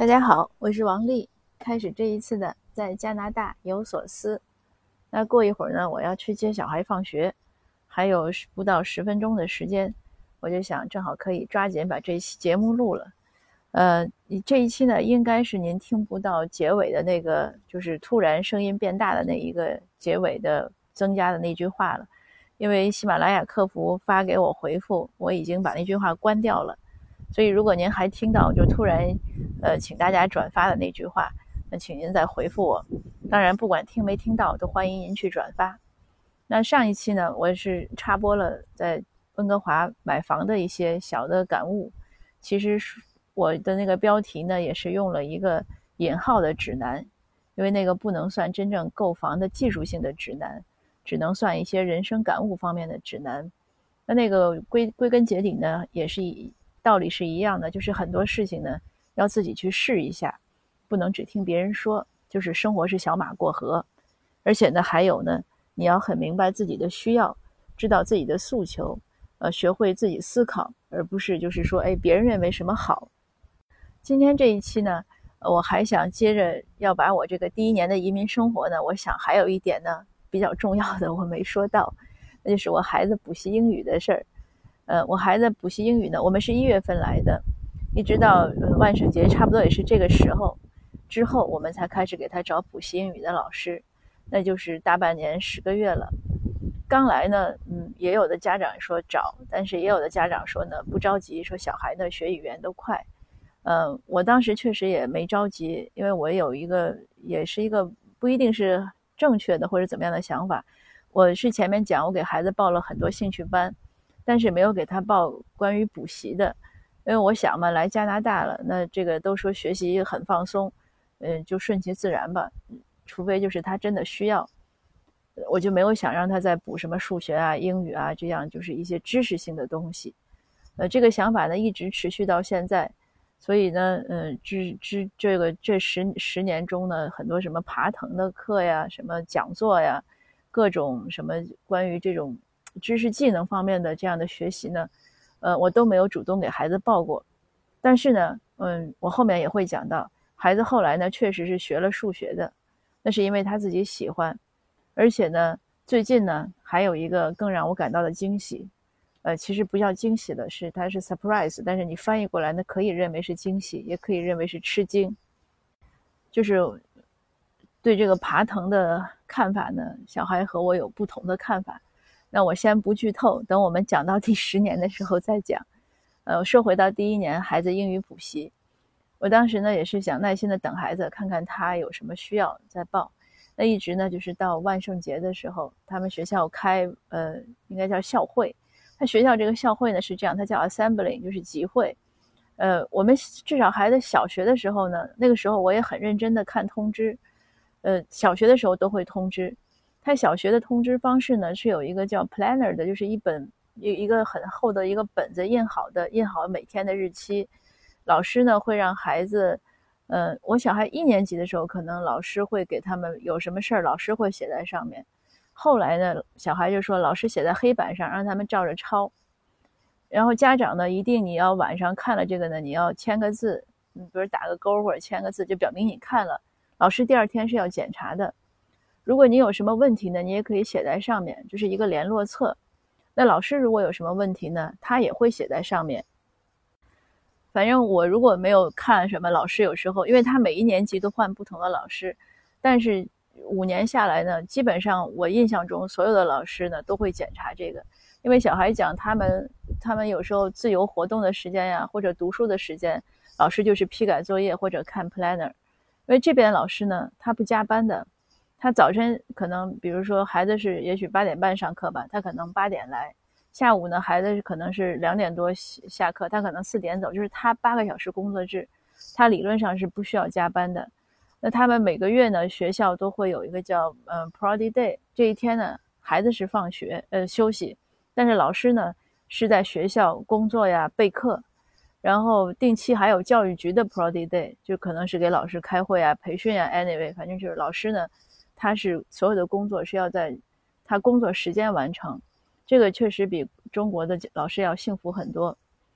大家好，我是王丽，开始这一次的在加拿大有所思。那过一会儿呢，我要去接小孩放学，还有不到10分钟的时间，我就想正好可以抓紧把这一期节目录了。这一期呢，应该是您听不到结尾的那个，就是突然声音变大的那一个结尾的增加的那句话了，因为喜马拉雅客服发给我回复，我已经把那句话关掉了。所以如果您还听到就突然请大家转发的那句话，那请您再回复我。当然不管听没听到都欢迎您去转发。那上一期呢，我是插播了在温哥华买房的一些小的感悟，其实我的那个标题呢也是用了一个引号的指南，因为那个不能算真正购房的技术性的指南，只能算一些人生感悟方面的指南。那个归根结底呢，也是道理是一样的，就是很多事情呢要自己去试一下，不能只听别人说，就是生活是小马过河。而且呢还有呢，你要很明白自己的需要，知道自己的诉求，学会自己思考，而不是就是说别人认为什么好。今天这一期呢，我还想接着要把我这个第一年的移民生活呢，我想还有一点呢比较重要的我没说到，那就是我孩子补习英语的事儿。我孩子补习英语呢，我们是1月份来的，一直到万圣节差不多也是这个时候之后，我们才开始给他找补习英语的老师，那就是大半年10个月了。刚来呢，也有的家长说找，但是也有的家长说呢不着急，说小孩呢学语言都快。我当时确实也没着急，因为我有一个也是一个不一定是正确的或者怎么样的想法。我是前面讲我给孩子报了很多兴趣班，但是没有给他报关于补习的，因为我想嘛，来加拿大了，那这个都说学习很放松，就顺其自然吧，除非就是他真的需要，我就没有想让他再补什么数学啊、英语啊，这样就是一些知识性的东西。这个想法呢一直持续到现在，所以呢，这十年中呢，很多什么爬藤的课呀、什么讲座呀、各种什么关于这种知识技能方面的这样的学习呢，我都没有主动给孩子报过。但是呢，我后面也会讲到，孩子后来呢确实是学了数学的，那是因为他自己喜欢，而且呢，最近呢还有一个更让我感到的惊喜。其实不叫惊喜了，它是 surprise， 但是你翻译过来呢，可以认为是惊喜，也可以认为是吃惊。就是对这个爬藤的看法呢，小孩和我有不同的看法。那我先不剧透，等我们讲到第10年的时候再讲。说回到第1年孩子英语补习，我当时呢也是想耐心的等孩子，看看他有什么需要再报。那一直呢就是到万圣节的时候，他们学校开应该叫校会。他学校这个校会呢是这样，它叫 assembly， 就是集会。我们至少孩子小学的时候呢，那个时候我也很认真的看通知。小学的时候都会通知。他小学的通知方式呢是有一个叫 planner 的，就是一个很厚的一个本子印好每天的日期。老师呢会让孩子，我小孩1年级的时候，可能老师会给他们有什么事儿，老师会写在上面。后来呢，小孩就说老师写在黑板上，让他们照着抄。然后家长呢，一定你要晚上看了这个呢，你要签个字，比如打个勾或者签个字，就表明你看了。老师第2天是要检查的。如果你有什么问题呢，你也可以写在上面，就是一个联络册。那老师如果有什么问题呢，他也会写在上面。反正我如果没有看什么，老师有时候，因为他每一年级都换不同的老师，但是5年下来呢，基本上我印象中所有的老师呢都会检查这个。因为小孩讲他们有时候自由活动的时间呀，或者读书的时间，老师就是批改作业或者看 planner。因为这边老师呢他不加班的，他早晨可能比如说孩子是也许8点半上课吧，他可能8点来，下午呢孩子可能是2点多下课，他可能4点走，就是他8个小时工作制，他理论上是不需要加班的。那他们每个月呢学校都会有一个叫Prody Day， 这一天呢孩子是放学休息，但是老师呢是在学校工作呀备课。然后定期还有教育局的 Prody Day， 就可能是给老师开会啊培训啊 anyway， 反正就是老师呢他是所有的工作是要在他工作时间完成，这个确实比中国的老师要幸福很多。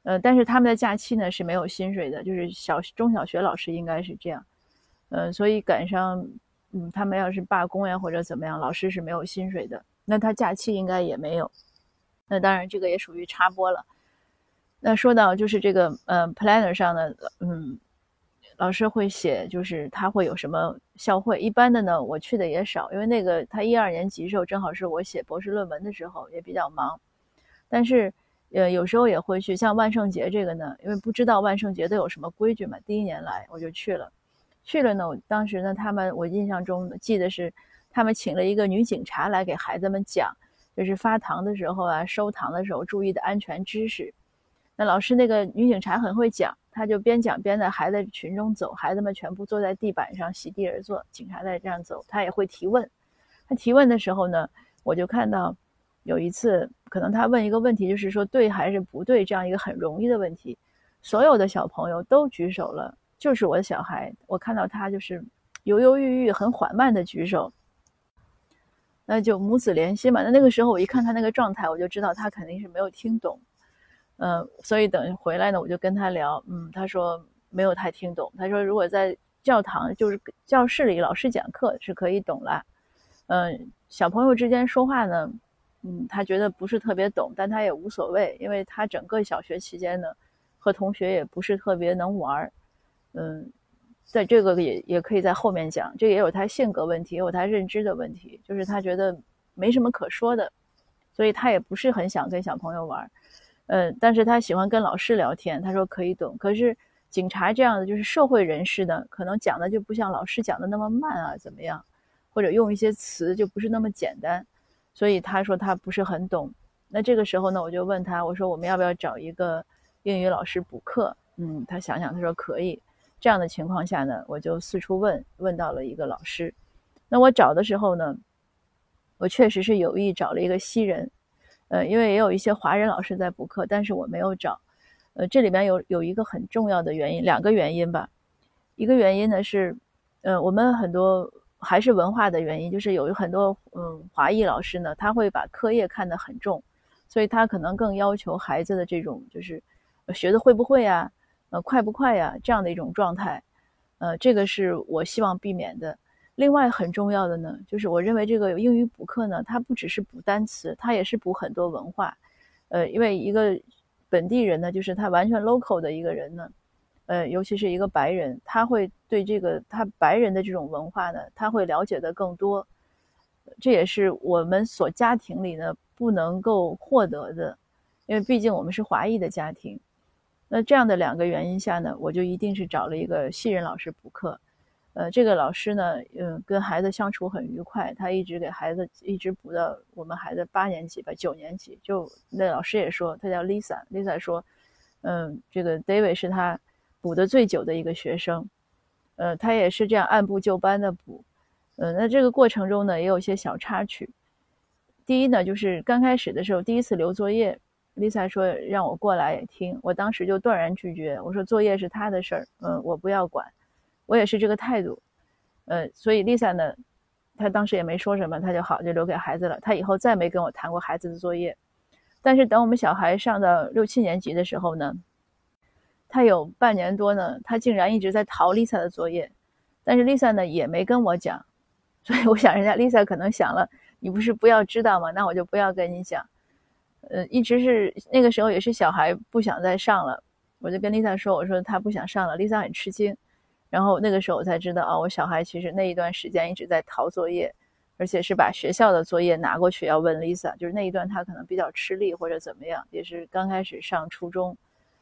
但是他们的假期呢是没有薪水的，就是中小学老师应该是这样。所以赶上他们要是罢工呀或者怎么样，老师是没有薪水的，那他假期应该也没有。那当然这个也属于插播了。那说到就是这个planner 上呢，老师会写就是他会有什么校会，一般的呢我去的也少，因为那个他1、2年级的时候正好是我写博士论文的时候，也比较忙。但是有时候也会去，像万圣节这个呢，因为不知道万圣节都有什么规矩嘛，第一年来我就去了。去了呢，当时呢我印象中记得是他们请了一个女警察来给孩子们讲，就是发糖的时候啊，收糖的时候注意的安全知识。那老师那个女警察很会讲，她就边讲边在孩子群中走，孩子们全部坐在地板上席地而坐，警察在这样走，她也会提问。她提问的时候呢，我就看到有一次可能她问一个问题，就是说对还是不对，这样一个很容易的问题，所有的小朋友都举手了，就是我的小孩，我看到他就是犹犹豫豫很缓慢的举手，那就母子连心嘛。那个时候我一看他那个状态，我就知道他肯定是没有听懂。所以等回来呢，我就跟他聊，他说没有太听懂。他说如果在教堂就是教室里老师讲课是可以懂了。小朋友之间说话呢，他觉得不是特别懂，但他也无所谓，因为他整个小学期间呢，和同学也不是特别能玩。在这个也可以在后面讲，这个也有他性格问题，也有他认知的问题，就是他觉得没什么可说的，所以他也不是很想跟小朋友玩。但是他喜欢跟老师聊天，他说可以懂。可是警察这样的就是社会人士呢，可能讲的就不像老师讲的那么慢啊，怎么样，或者用一些词就不是那么简单，所以他说他不是很懂。那这个时候呢，我就问他，我说我们要不要找一个英语老师补课？他想想，他说可以。这样的情况下呢，我就四处问到了一个老师。那我找的时候呢，我确实是有意找了一个西人，因为也有一些华人老师在补课，但是我没有找。这里边有一个很重要的原因，两个原因吧。一个原因呢是，我们很多还是文化的原因，就是有很多华裔老师呢，他会把课业看得很重，所以他可能更要求孩子的这种就是学的会不会啊，快不快呀，这样的一种状态。这个是我希望避免的。另外很重要的呢，就是我认为这个英语补课呢，它不只是补单词，它也是补很多文化。因为一个本地人呢，就是他完全 local 的一个人呢，尤其是一个白人，他会对这个他白人的这种文化呢，他会了解的更多。这也是我们所家庭里呢不能够获得的，因为毕竟我们是华裔的家庭。那这样的两个原因下呢，我就一定是找了一个西人老师补课。这个老师呢，跟孩子相处很愉快，他一直给孩子一直补到我们孩子8年级吧，9年级。就那老师也说，他叫 Lisa 说，这个 David 是他补的最久的一个学生。他也是这样按部就班的补。那这个过程中呢，也有一些小插曲。第一呢，就是刚开始的时候，第一次留作业，Lisa 说让我过来听，我当时就断然拒绝，我说作业是他的事儿，我不要管。我也是这个态度。所以 Lisa 呢，她当时也没说什么，她就好，就留给孩子了。她以后再没跟我谈过孩子的作业。但是等我们小孩上到6、7年级的时候呢，他有半年多呢，他竟然一直在逃 Lisa 的作业。但是 Lisa 呢也没跟我讲，所以我想人家 Lisa 可能想了，你不是不要知道吗？那我就不要跟你讲。一直是那个时候也是小孩不想再上了，我就跟 Lisa 说，我说他不想上了。 Lisa 很吃惊。然后那个时候我才知道，我小孩其实那一段时间一直在逃作业，而且是把学校的作业拿过去要问 Lisa， 就是那一段他可能比较吃力或者怎么样，也是刚开始上初中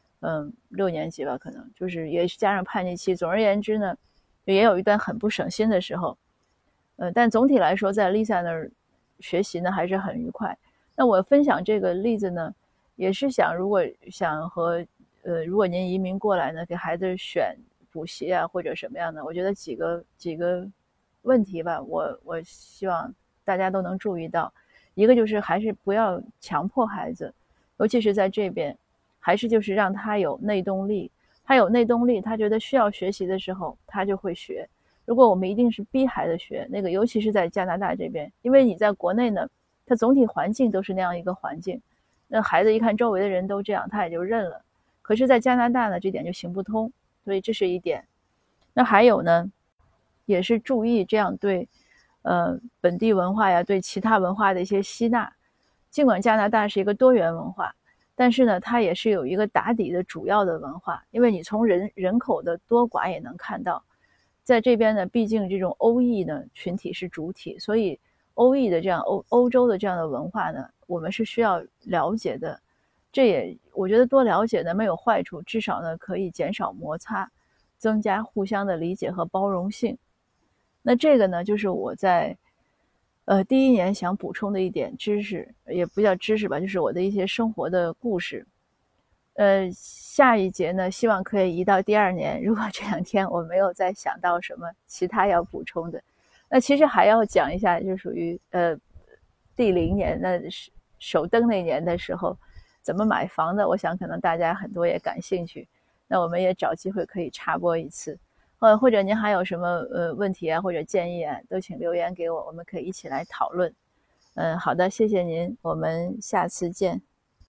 ，6年级吧，可能就是也是加上叛逆期。总而言之呢，也有一段很不省心的时候。但总体来说在 Lisa 那儿学习呢还是很愉快。那我分享这个例子呢，也是想如果您移民过来呢，给孩子选补习啊或者什么样的，我觉得几个问题吧，我希望大家都能注意到。一个就是还是不要强迫孩子，尤其是在这边，还是就是让他有内动力。他有内动力，他觉得需要学习的时候他就会学。如果我们一定是逼孩子学那个，尤其是在加拿大这边，因为你在国内呢，它总体环境都是那样一个环境，那孩子一看周围的人都这样，他也就认了。 可是在加拿大呢，这点就行不通，所以这是一点。那还有呢，也是注意这样对本地文化呀，对其他文化的一些吸纳。尽管加拿大是一个多元文化，但是呢，它也是有一个打底的主要的文化，因为你从人口的多寡也能看到，在这边呢，毕竟这种欧裔呢群体是主体，所以欧裔的这样欧洲的这样的文化呢，我们是需要了解的。这也我觉得多了解呢没有坏处，至少呢可以减少摩擦，增加互相的理解和包容性。那这个呢，就是我在第一年想补充的一点知识，也不叫知识吧，就是我的一些生活的故事。下一节呢，希望可以移到第2年。如果这2天我没有再想到什么其他要补充的，那其实还要讲一下，就属于第0年那首登那年的时候怎么买房的，我想可能大家很多也感兴趣，那我们也找机会可以插播一次。或者您还有什么问题啊或者建议啊，都请留言给我，我们可以一起来讨论。好的，谢谢您，我们下次见。